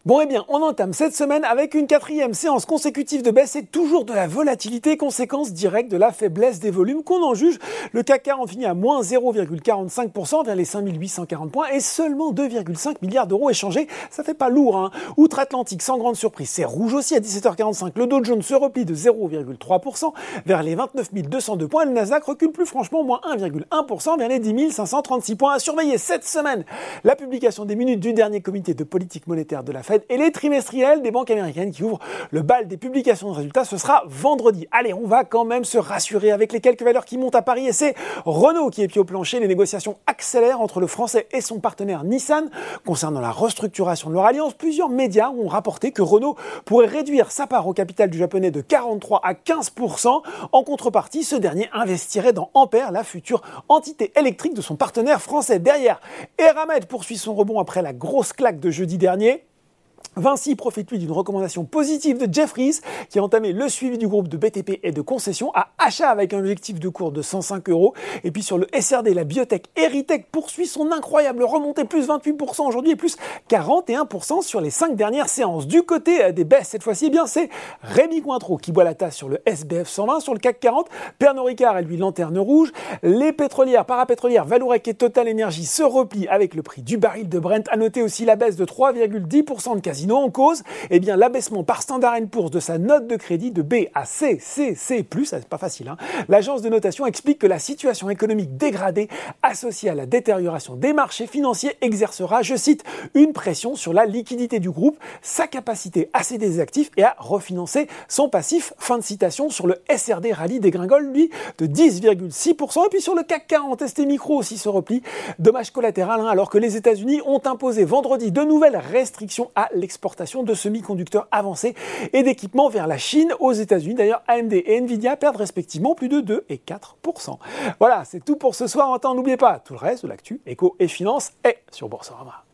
Bon eh bien, on entame cette semaine avec une quatrième séance consécutive de baisse et toujours de la volatilité, conséquence directe de la faiblesse des volumes qu'on en juge. Le CAC 40 finit à moins 0,45% vers les 5840 points et seulement 2,5 milliards d'euros échangés. Ça fait pas lourd, hein. Outre-Atlantique, sans grande surprise, c'est rouge aussi à 17h45. Le Dow Jones se replie de 0,3% vers les 29 202 points. Le Nasdaq recule plus franchement, moins 1,1% vers les 10 536 points. À surveiller cette semaine la publication des minutes du dernier comité de politique monétaire de la Fed et les trimestriels des banques américaines qui ouvrent le bal des publications de résultats. Ce sera vendredi. Allez, on va quand même se rassurer avec les quelques valeurs qui montent à Paris et c'est Renault qui est pied au plancher. Les négociations accélèrent entre le français et son partenaire Nissan. Concernant la restructuration de leur alliance, plusieurs médias ont rapporté que Renault pourrait réduire sa part au capital du japonais de 43 à 15%. En contrepartie, ce dernier investirait dans Ampère, la future entité électrique de son partenaire français. Derrière, Eramet poursuit son rebond après la grosse claque de jeudi dernier. Vinci profite lui d'une recommandation positive de Jefferies qui a entamé le suivi du groupe de BTP et de concessions à achat avec un objectif de cours de 105 €. Et puis sur le SRD, la biotech Eritech poursuit son incroyable remontée, plus 28% aujourd'hui et plus 41% sur les 5 dernières séances. Du côté des baisses cette fois-ci, eh bien c'est Rémi Cointreau qui boit la tasse sur le SBF 120, sur le CAC 40. Pernod Ricard est lui lanterne rouge. Les pétrolières, parapétrolières, Vallourec et Total Energy se replient avec le prix du baril de Brent. À noter aussi la baisse de 3,10% de Casino. En cause, eh bien l'abaissement par Standard & Poor's de sa note de crédit de B à C, c'est pas facile, hein. L'agence de notation explique que la situation économique dégradée associée à la détérioration des marchés financiers exercera, je cite, une pression sur la liquidité du groupe, sa capacité à céder des actifs et à refinancer son passif. Fin de citation. Sur le SRD, rallye dégringole, lui, de 10,6%. Et puis sur le CAC 40, ST Micro aussi se replie. Dommage collatéral, hein, alors que les États-Unis ont imposé vendredi de nouvelles restrictions à l'exportation de semi-conducteurs avancés et d'équipements vers la Chine. Aux États-Unis, d'ailleurs, AMD et Nvidia perdent respectivement plus de 2 et 4%. Voilà, c'est tout pour ce soir. Attends, n'oubliez pas, tout le reste de l'actu, éco et finance est sur Boursorama.